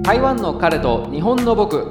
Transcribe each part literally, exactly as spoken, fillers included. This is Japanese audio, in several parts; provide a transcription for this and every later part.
台湾の彼と日本の僕。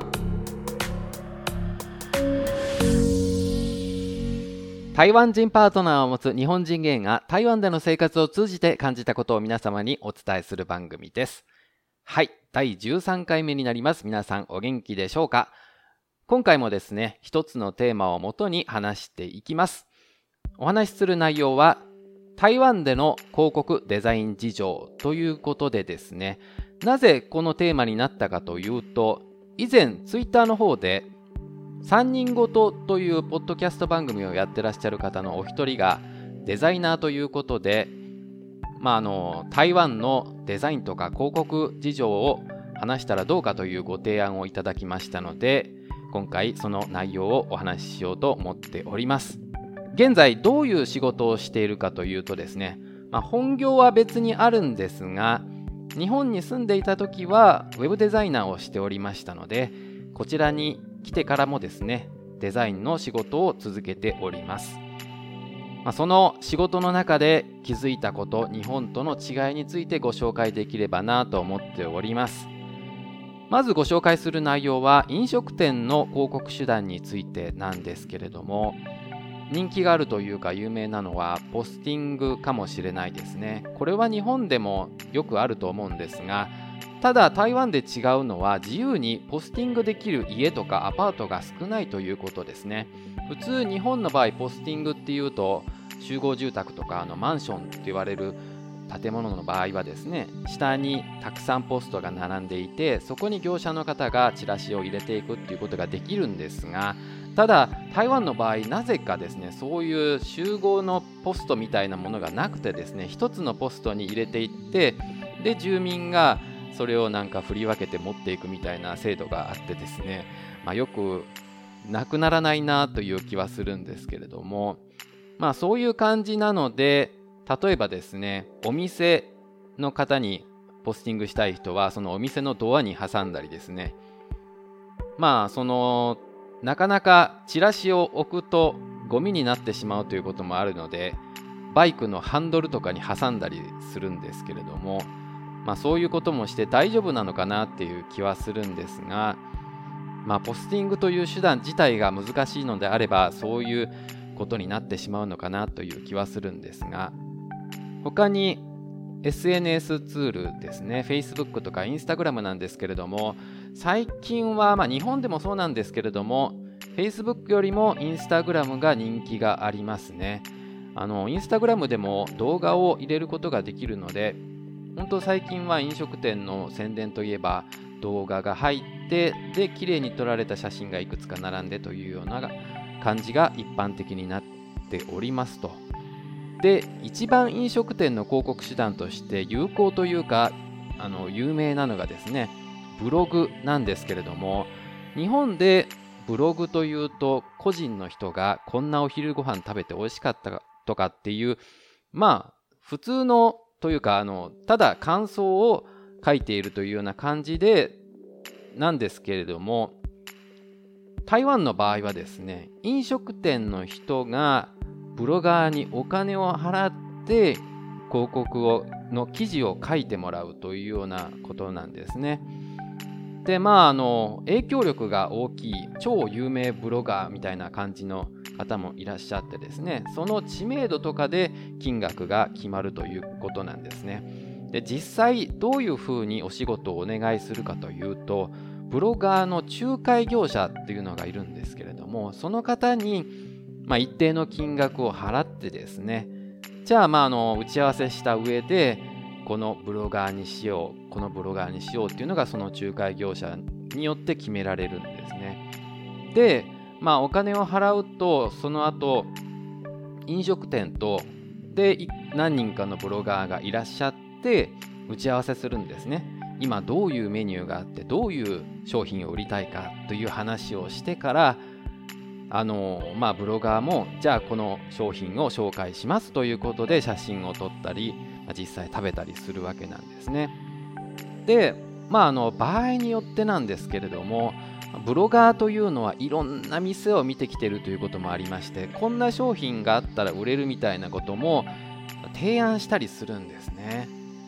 台湾人パートナーを持つ日本人ゲイが台湾での生活を通じて感じたことを皆様にお伝えする番組です。はい、だいじゅうさんかいめになります。皆さんお元気でしょうか。今回もですね、一つのテーマをもとに話していきます。お話しする内容は台湾での広告デザイン事情ということでですね、なぜこのテーマになったかというと、以前ツイッターの方でさんにんごとというポッドキャスト番組をやってらっしゃる方のお一人がデザイナーということで、まあ、あの台湾のデザインとか広告事情を話したらどうかというご提案をいただきましたので、今回その内容をお話ししようと思っております。現在どういう仕事をしているかというとですね、まあ、本業は別にあるんですが、日本に住んでいた時はウェブデザイナーをしておりましたので、こちらに来てからもですね、デザインの仕事を続けております。まあ、その仕事の中で気づいたこと、日本との違いについてご紹介できればなと思っております。まずご紹介する内容は飲食店の広告手段についてなんですけれども、人気があるというか有名なのはポスティングかもしれないですね。これは日本でもよくあると思うんですが、ただ台湾で違うのは自由にポスティングできる家とかアパートが少ないということですね。普通日本の場合ポスティングっていうと集合住宅とかあのマンションって言われる建物の場合はですね、下にたくさんポストが並んでいて、そこに業者の方がチラシを入れていくっていうことができるんですが、ただ台湾の場合なぜかですね、そういう集合のポストみたいなものがなくてですね、一つのポストに入れていって、で住民がそれをなんか振り分けて持っていくみたいな制度があってですね、まあ、よくなくならないなという気はするんですけれども、まあそういう感じなので、例えばですね、お店の方にポスティングしたい人はそのお店のドアに挟んだりですね、まあそのなかなかチラシを置くとゴミになってしまうということもあるので、バイクのハンドルとかに挟んだりするんですけれども、まあそういうこともして大丈夫なのかなっていう気はするんですが、まあポスティングという手段自体が難しいのであれば、そういうことになってしまうのかなという気はするんですが、他に エスエヌエス ツールですね、 Facebook とか Instagram なんですけれども、最近はまあ日本でもそうなんですけれども、 Facebook よりも Instagram が人気がありますね。あの Instagram でも動画を入れることができるので、本当最近は飲食店の宣伝といえば動画が入って、で綺麗に撮られた写真がいくつか並んでというような感じが一般的になっておりますと。で、一番飲食店の広告手段として有効というか、あの有名なのがですね、ブログなんですけれども、日本でブログというと個人の人がこんなお昼ご飯食べて美味しかったとかっていう、まあ普通のというか、あのただ感想を書いているというような感じでなんですけれども、台湾の場合はですね、飲食店の人がブロガーにお金を払って広告をの記事を書いてもらうというようなことなんですね。で、まああの影響力が大きい超有名ブロガーみたいな感じの方もいらっしゃってですね、その知名度とかで金額が決まるということなんですね。で、実際どういうふうにお仕事をお願いするかというと、ブロガーの仲介業者っていうのがいるんですけれども、その方にまあ一定の金額を払ってですね、じゃあまああの打ち合わせした上でこのブロガーにしよう、このブロガーにしようっていうのがその仲介業者によって決められるんですね。で、まあお金を払うと、その後飲食店とで何人かのブロガーがいらっしゃって打ち合わせするんですね。今どういうメニューがあってどういう商品を売りたいかという話をしてから、あのまあブロガーもじゃあこの商品を紹介しますということで写真を撮ったり、実際食べたりするわけなんですね。で、まああの場合によってなんですけれども、ブロガーというのはいろんな店を見てきているということもありまして、こんな商品があったら売れるみたいなことも提案したりするんですね。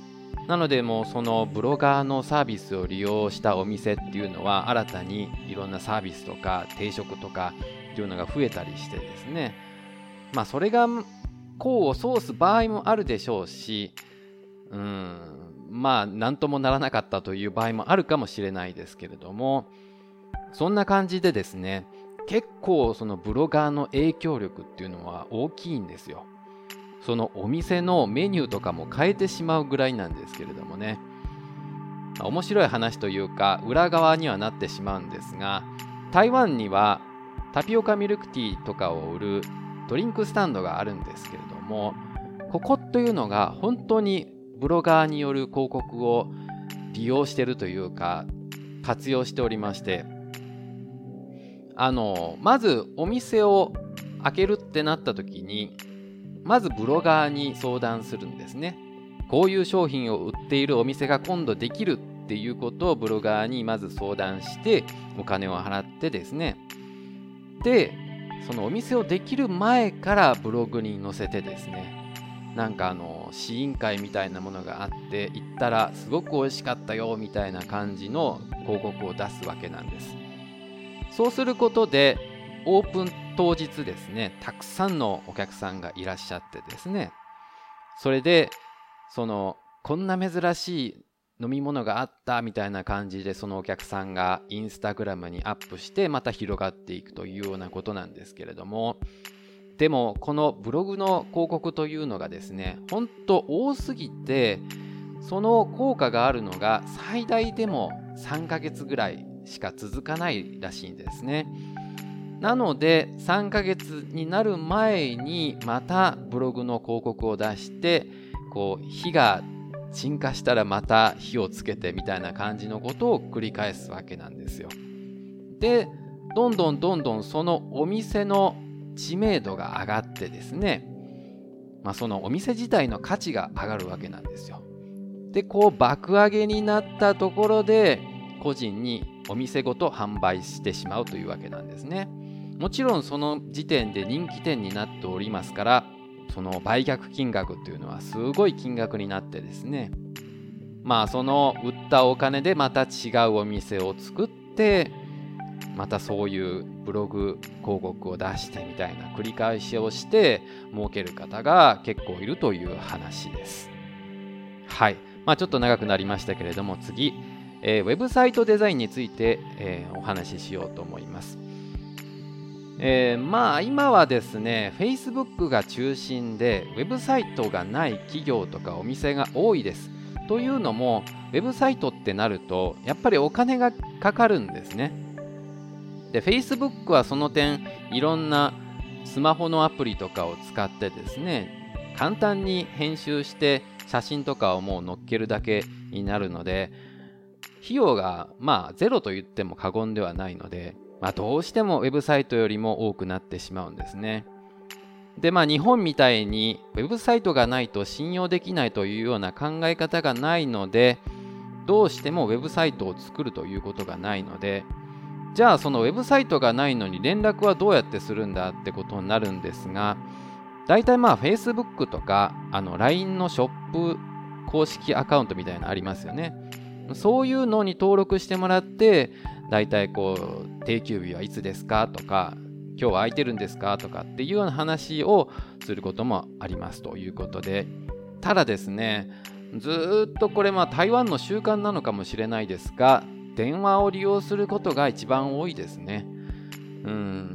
なのでもうそのブロガーのサービスを利用したお店っていうのは新たにいろんなサービスとか定食とかっていうのが増えたりしてですね、まあそれが功を奏す場合もあるでしょうし、うーんまあ何ともならなかったという場合もあるかもしれないですけれども、そんな感じでですね、結構そのブロガーの影響力っていうのは大きいんですよ。そのお店のメニューとかも変えてしまうぐらいなんですけれどもね、まあ、面白い話というか裏側にはなってしまうんですが、台湾にはタピオカミルクティーとかを売るドリンクスタンドがあるんですけれども、ここというのが本当にブロガーによる広告を利用しているというか活用しておりまして、あのまずお店を開けるってなった時にまずブロガーに相談するんですね。こういう商品を売っているお店が今度できるっていうことをブロガーにまず相談してお金を払ってですね、でそのお店をできる前からブログに載せてですね、なんかあの試飲会みたいなものがあって行ったらすごく美味しかったよみたいな感じの広告を出すわけなんです。そうすることでオープン当日ですね、たくさんのお客さんがいらっしゃってですね、それでそのこんな珍しい飲み物があったみたいな感じでそのお客さんがインスタグラムにアップしてまた広がっていくというようなことなんですけれども、でもこのブログの広告というのがですね、本当多すぎてその効果があるのが最大でもさんかげつぐらいしか続かないらしいんですね。なのでさんかげつになる前にまたブログの広告を出して、こう火が鎮火したらまた火をつけてみたいな感じのことを繰り返すわけなんですよ。でどんどんどんどんそのお店の知名度が上がってですね、まあ、そのお店自体の価値が上がるわけなんですよ。でこう爆上げになったところで個人にお店ごと販売してしまうというわけなんですね。もちろんその時点で人気店になっておりますから、その売却金額というのはすごい金額になってですね、まあその売ったお金でまた違うお店を作ってまたそういうブログ広告を出してみたいな繰り返しをして儲ける方が結構いるという話です。はい、まあ、ちょっと長くなりましたけれども、次、えー、ウェブサイトデザインについて、えー、お話ししようと思います。えー、まあ今はですね Facebook が中心でウェブサイトがない企業とかお店が多いです。というのもウェブサイトってなるとやっぱりお金がかかるんですね。で Facebook はその点いろんなスマホのアプリとかを使ってですね、簡単に編集して写真とかをもう載っけるだけになるので、費用がまあゼロと言っても過言ではないので、まあ、どうしてもウェブサイトよりも多くなってしまうんですね。でまあ日本みたいにウェブサイトがないと信用できないというような考え方がないので、どうしてもウェブサイトを作るということがないので、じゃあそのウェブサイトがないのに連絡はどうやってするんだってことになるんですが、だいたいまあ Facebook とかあの ライン のショップ公式アカウントみたいなのありますよね。そういうのに登録してもらって、だいたいこう定休日はいつですかとか、今日は空いてるんですかとかっていうような話をすることもありますということで、ただですね、ずっとこれまあ台湾の習慣なのかもしれないですが、電話を利用することが一番多いですね。うん、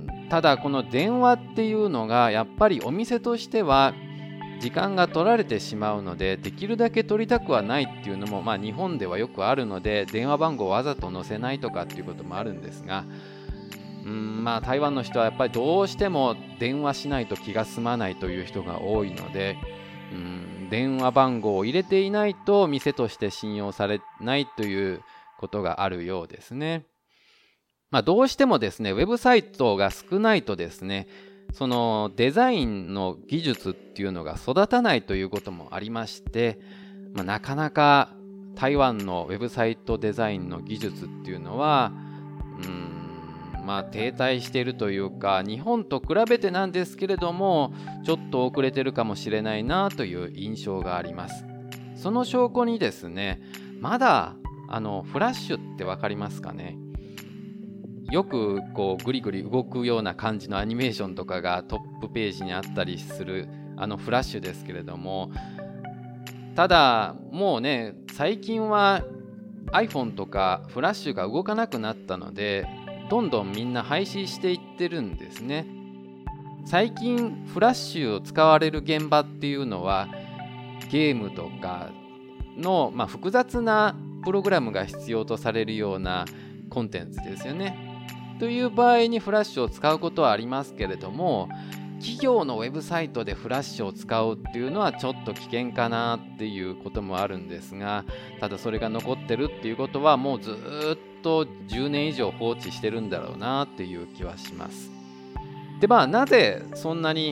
ただこの電話っていうのがやっぱりお店としては時間が取られてしまうので、できるだけ取りたくはないっていうのもまあ日本ではよくあるので、電話番号をわざと載せないとかっていうこともあるんですが、うんまあ台湾の人はやっぱりどうしても電話しないと気が済まないという人が多いので、うん電話番号を入れていないと店として信用されないということがあるようですね。まあ、どうしてもですねウェブサイトが少ないとですね、そのデザインの技術っていうのが育たないということもありまして、まあ、なかなか台湾のウェブサイトデザインの技術っていうのはうーん、まあ、停滞しているというか、日本と比べてなんですけれどもちょっと遅れてるかもしれないなという印象があります。 その証拠にですね、まだあのフラッシュって分かりますかね。よくこうグリグリ動くような感じのアニメーションとかがトップページにあったりするあのフラッシュですけれども、ただもうね、最近は iPhone とかフラッシュが動かなくなったので、どんどんみんな廃止していってるんですね。最近フラッシュを使われる現場っていうのはゲームとかの、まあ、複雑なプログラムが必要とされるようなコンテンツですよね。という場合にフラッシュを使うことはありますけれども、企業のウェブサイトでフラッシュを使うっていうのはちょっと危険かなっていうこともあるんですが、ただそれが残ってるっていうことはもうずっとじゅうねん以上放置してるんだろうなっていう気はします。でまあなぜそんなに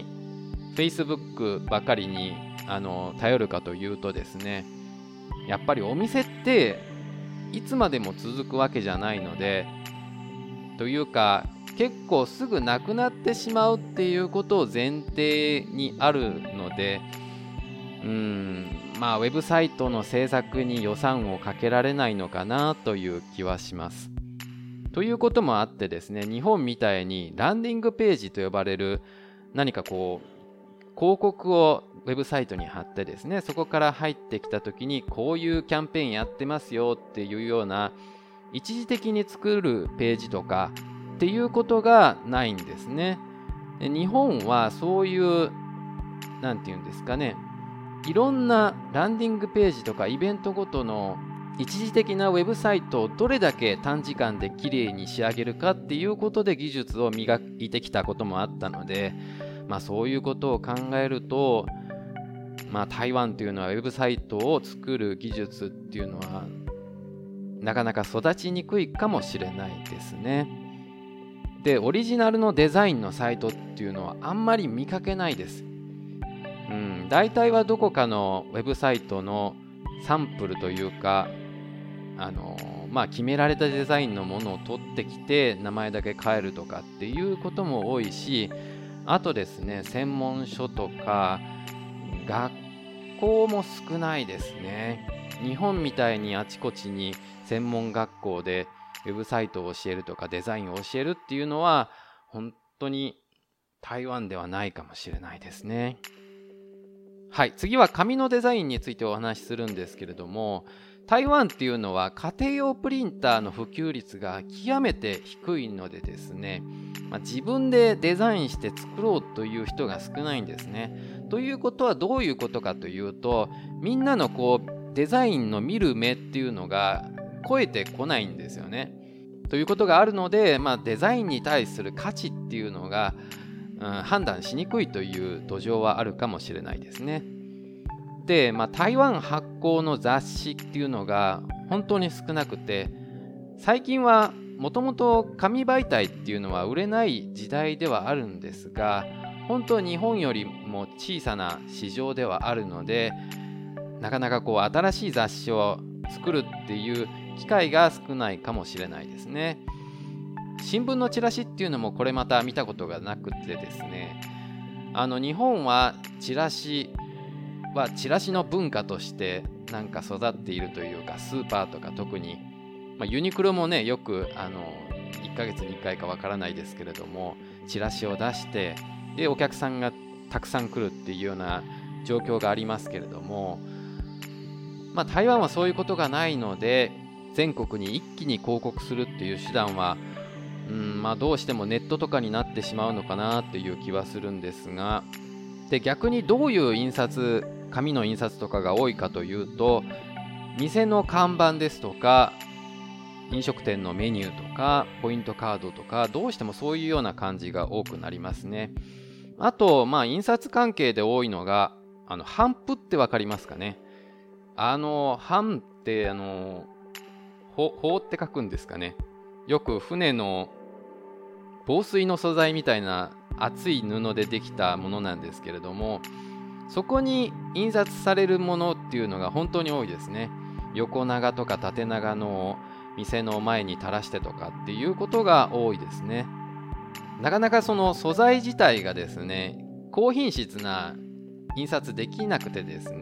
Facebook ばかりにあの頼るかというとですね、やっぱりお店っていつまでも続くわけじゃないので、というか結構すぐなくなってしまうっていうことを前提にあるので、うーんまあウェブサイトの制作に予算をかけられないのかなという気はします。ということもあってですね、日本みたいにランディングページと呼ばれる何かこう広告をウェブサイトに貼ってですね、そこから入ってきた時にこういうキャンペーンやってますよっていうような一時的に作るページとかっていうことがないんですね。で日本はそういうなんていうんですかね、いろんなランディングページとかイベントごとの一時的なウェブサイトをどれだけ短時間できれいに仕上げるかっていうことで技術を磨いてきたこともあったので、まあそういうことを考えると、まあ台湾というのはウェブサイトを作る技術っていうのはなかなか育ちにくいかもしれないですね。で、オリジナルのデザインのサイトっていうのはあんまり見かけないです。うん、大体はどこかのウェブサイトのサンプルというか、あのまあ決められたデザインのものを取ってきて名前だけ変えるとかっていうことも多いし、あとですね、専門書とか学校も少ないですね。日本みたいにあちこちに専門学校でウェブサイトを教えるとかデザインを教えるっていうのは本当に台湾ではないかもしれないですね。はい、次は紙のデザインについてお話しするんですけれども、台湾っていうのは家庭用プリンターの普及率が極めて低いのでですね、まあ、自分でデザインして作ろうという人が少ないんですね。ということはどういうことかというと、みんなのこうデザインの見る目っていうのが超えてこないんですよね。ということがあるので、まあ、デザインに対する価値っていうのが、うん、判断しにくいという土壌はあるかもしれないですね。で、まあ、台湾発行の雑誌っていうのが本当に少なくて、最近はもともと紙媒体っていうのは売れない時代ではあるんですが、本当日本よりも小さな市場ではあるので、なかなかこう新しい雑誌を作るっていう機会が少ないかもしれないですね。新聞のチラシっていうのもこれまた見たことがなくてですね、あの日本はチラシはチラシの文化としてなんか育っているというか、スーパーとか特に、まあ、ユニクロもね、よくあのいっかげつにいっかいかわからないですけれどもチラシを出して、でお客さんがたくさん来るっていうような状況がありますけれども、まあ、台湾はそういうことがないので、全国に一気に広告するっていう手段は、うんまあ、どうしてもネットとかになってしまうのかなっていう気はするんですが、で逆にどういう印刷、紙の印刷とかが多いかというと、店の看板ですとか飲食店のメニューとかポイントカードとか、どうしてもそういうような感じが多くなりますね。あと、まあ、印刷関係で多いのがあの帆布ってわかりますかね。あの帆ってあの帆って書くんですかね。よく船の防水の素材みたいな厚い布でできたものなんですけれども、そこに印刷されるものっていうのが本当に多いですね。横長とか縦長のを店の前に垂らしてとかっていうことが多いですね。なかなかその素材自体がですね、高品質な印刷できなくてですね、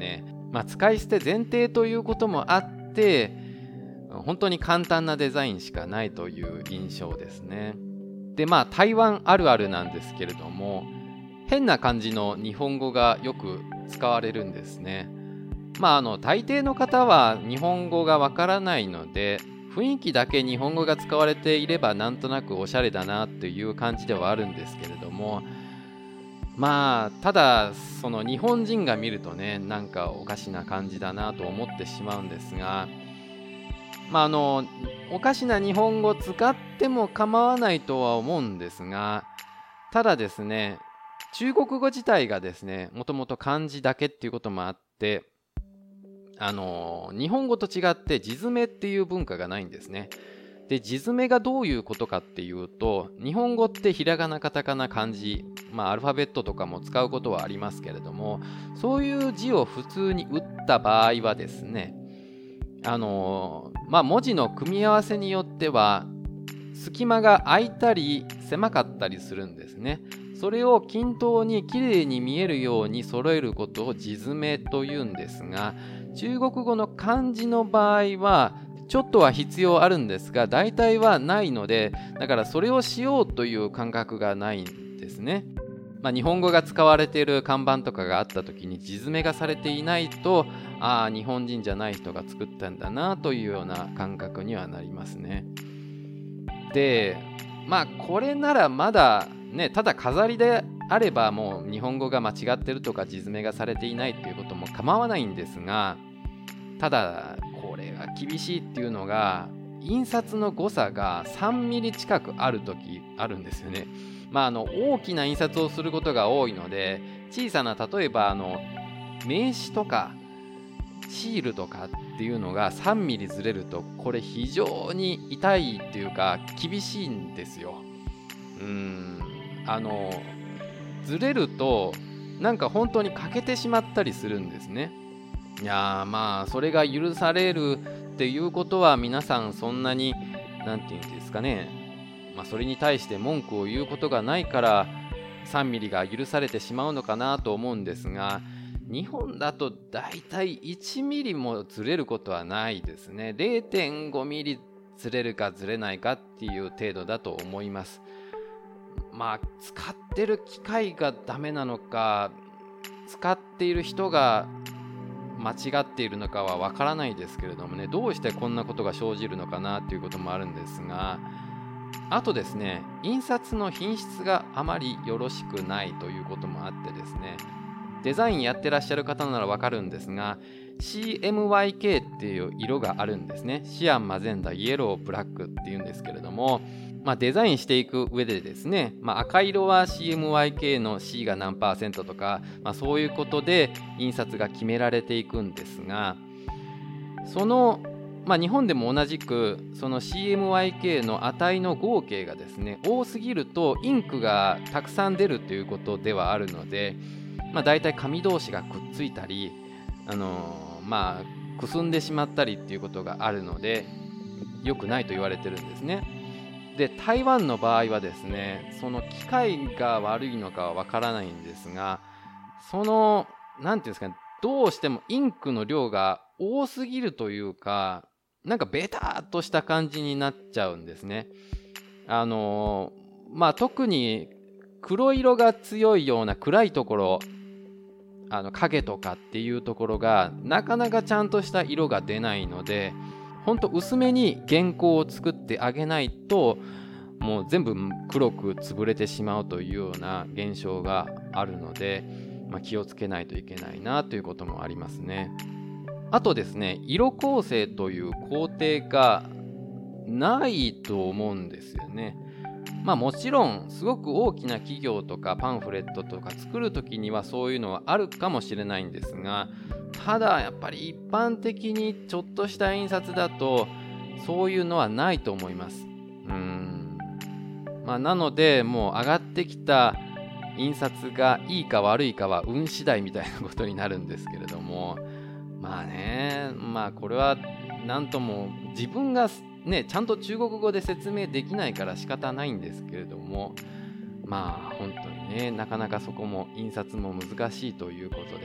まあ、使い捨て前提ということもあって本当に簡単なデザインしかないという印象ですね。でまあ台湾あるあるなんですけれども、変な感じの日本語がよく使われるんですね。まああの大抵の方は日本語がわからないので、雰囲気だけ日本語が使われていればなんとなくおしゃれだなっていう感じではあるんですけれども、まあただその日本人が見るとね、なんかおかしな感じだなと思ってしまうんですが、まああのおかしな日本語を使っても構わないとは思うんですが、ただですね、中国語自体がですね、もともと漢字だけっていうこともあって、あの日本語と違って字詰めっていう文化がないんですね。で字詰めがどういうことかっていうと、日本語ってひらがなカタカナ漢字、まあアルファベットとかも使うことはありますけれども、そういう字を普通に打った場合はですね、あのまあ文字の組み合わせによっては隙間が空いたり狭かったりするんですね。それを均等にきれいに見えるように揃えることを字詰めというんですが、中国語の漢字の場合はちょっとは必要あるんですが、大体はないので、だからそれをしようという感覚がないんですね。まあ、日本語が使われている看板とかがあった時に字詰めがされていないと、ああ日本人じゃない人が作ったんだなというような感覚にはなりますね。でまあこれならまだね、ただ飾りであればもう日本語が間違ってるとか字詰めがされていないということも構わないんですが、ただこれが厳しいっていうのが、印刷の誤差がさんミリ近くある時あるんですよね。まああの大きな印刷をすることが多いので、小さな例えばあの名刺とかシールとかっていうのがさんミリずれると、これ非常に痛いっていうか厳しいんですよ。うーんあのずれるとなんか本当に欠けてしまったりするんですね。いやーまあそれが許されるっていうことは、皆さんそんなになんていうんですかね、まあそれに対して文句を言うことがないからさんミリが許されてしまうのかなと思うんですが、日本だとだいたいいちミリもずれることはないですね。 れいてんごミリずれるかずれないかっていう程度だと思います。まあ使ってる機械がダメなのか、使っている人が間違っているのかはわからないですけれどもね、どうしてこんなことが生じるのかなっていうこともあるんですが、あとですね、印刷の品質があまりよろしくないということもあってですね、デザインやってらっしゃる方ならわかるんですが、 シーエムワイケー っていう色があるんですね。シアン、マゼンダ、イエロー、ブラックっていうんですけれども、まあ、デザインしていく上でですね、まあ、赤色は シーエムワイケー の C が何パーセントとか、まあ、そういうことで印刷が決められていくんですが、その、まあ、日本でも同じくその シーエムワイケー の値の合計がですね多すぎるとインクがたくさん出るということではあるので、まあ、だいたい紙同士がくっついたり、あのー、まあくすんでしまったりっていうことがあるので良くないと言われてるんですね。で台湾の場合はですね、その機械が悪いのかはわからないんですが、そのなんていうんですかね、どうしてもインクの量が多すぎるというか、なんかベターっとした感じになっちゃうんですね。あのー、まあ特に黒色が強いような暗いところ、あの影とかっていうところがなかなかちゃんとした色が出ないので、ほんと薄めに原稿を作ってあげないともう全部黒く潰れてしまうというような現象があるので、まあ、気をつけないといけないなということもありますね。あとですね、色構成という工程がないと思うんですよね。まあもちろんすごく大きな企業とかパンフレットとか作るときにはそういうのはあるかもしれないんですが、ただやっぱり一般的にちょっとした印刷だとそういうのはないと思います。うーん、まあ、なのでもう上がってきた印刷がいいか悪いかは運次第みたいなことになるんですけれども、まあね、まあこれはなんとも自分がねちゃんと中国語で説明できないから仕方ないんですけれども、まあ本当にねなかなかそこも印刷も難しいということで、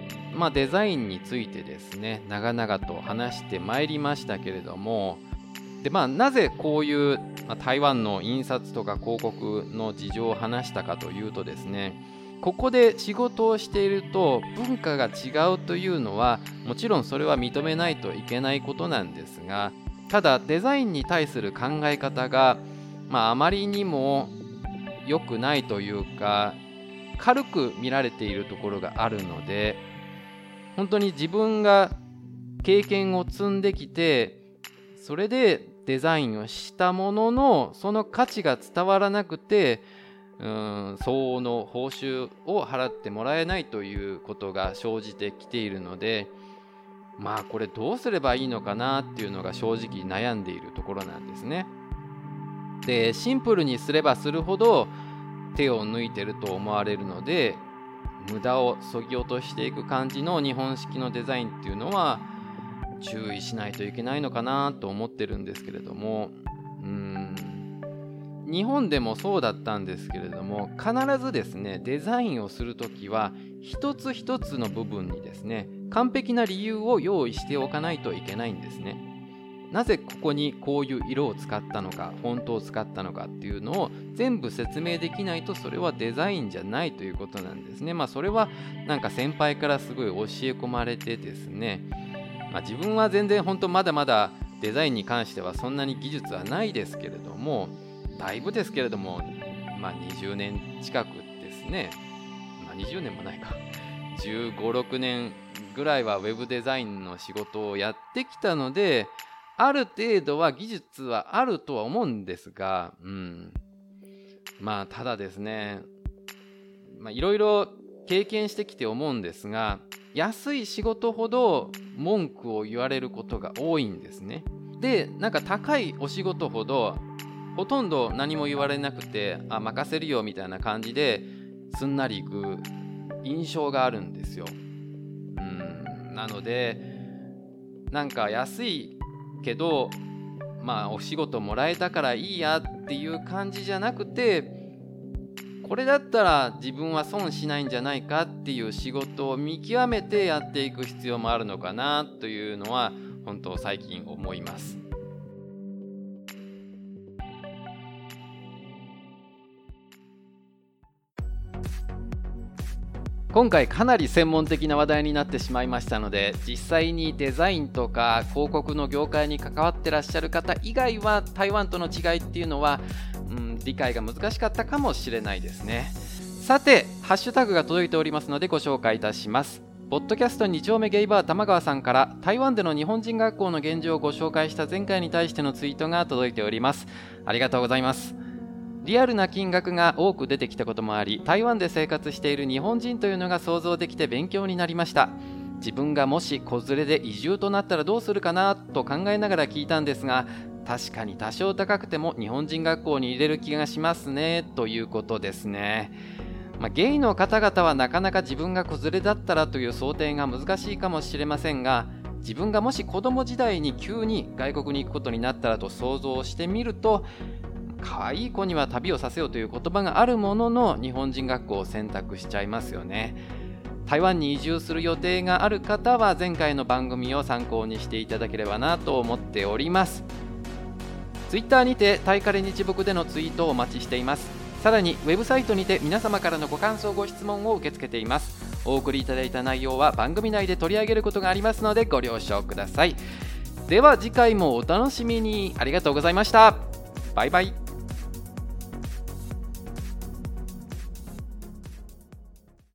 まあ、デザインについてですね長々と話してまいりましたけれども、で、まあ、なぜこういう、まあ、台湾の印刷とか広告の事情を話したかというとですね、ここで仕事をしていると文化が違うというのはもちろんそれは認めないといけないことなんですが、ただデザインに対する考え方が、まあ、あまりにも良くないというか軽く見られているところがあるので、本当に自分が経験を積んできてそれでデザインをしたもののその価値が伝わらなくて、うーん相応の報酬を払ってもらえないということが生じてきているので、まあこれどうすればいいのかなっていうのが正直悩んでいるところなんですね。で、シンプルにすればするほど手を抜いてると思われるので、無駄を削ぎ落としていく感じの日本式のデザインっていうのは注意しないといけないのかなと思ってるんですけれども、うーん日本でもそうだったんですけれども、必ずですねデザインをするときは一つ一つの部分にですね完璧な理由を用意しておかないといけないんですね。なぜここにこういう色を使ったのか、フォントを使ったのかっていうのを全部説明できないとそれはデザインじゃないということなんですね。まあそれはなんか先輩からすごい教え込まれてですね、まあ、自分は全然本当まだまだデザインに関してはそんなに技術はないですけれども、だいぶですけれども、まあ、にじゅうねん近くですね、まあ、にじゅうねんもないかじゅうご、ろくねんぐらいはウェブデザインの仕事をやってきたので、ある程度は技術はあるとは思うんですが、うん、まあただですね、まあいろいろ経験してきて思うんですが、安い仕事ほど文句を言われることが多いんですね。で、なんか高いお仕事ほどほとんど何も言われなくて、あ、任せるよみたいな感じですんなりいく印象があるんですよ。うん、なのでなんか安いけどまあお仕事もらえたからいいやっていう感じじゃなくて、これだったら自分は損しないんじゃないかっていう仕事を見極めてやっていく必要もあるのかなというのは本当最近思います。今回かなり専門的な話題になってしまいましたので、実際にデザインとか広告の業界に関わってらっしゃる方以外は台湾との違いっていうのは、うん、理解が難しかったかもしれないですね。さて、ハッシュタグが届いておりますのでご紹介いたします。ポッドキャストに丁目ゲイバー玉川さんから台湾での日本人学校の現状をご紹介した前回に対してのツイートが届いております。ありがとうございます。リアルな金額が多く出てきたこともあり、台湾で生活している日本人というのが想像できて勉強になりました。自分がもし子連れで移住となったらどうするかなと考えながら聞いたんですが、確かに多少高くても日本人学校に入れる気がしますねということですね。まあ、ゲイの方々はなかなか自分が子連れだったらという想定が難しいかもしれませんが、自分がもし子供時代に急に外国に行くことになったらと想像してみると、可愛い子には旅をさせようという言葉があるものの日本人学校を選択しちゃいますよね。台湾に移住する予定がある方は前回の番組を参考にしていただければなと思っております。ツイッターにてタイカレ日북でのツイートをお待ちしています。さらにウェブサイトにて皆様からのご感想ご質問を受け付けています。お送りいただいた内容は番組内で取り上げることがありますのでご了承ください。では次回もお楽しみに。ありがとうございました。バイバイ。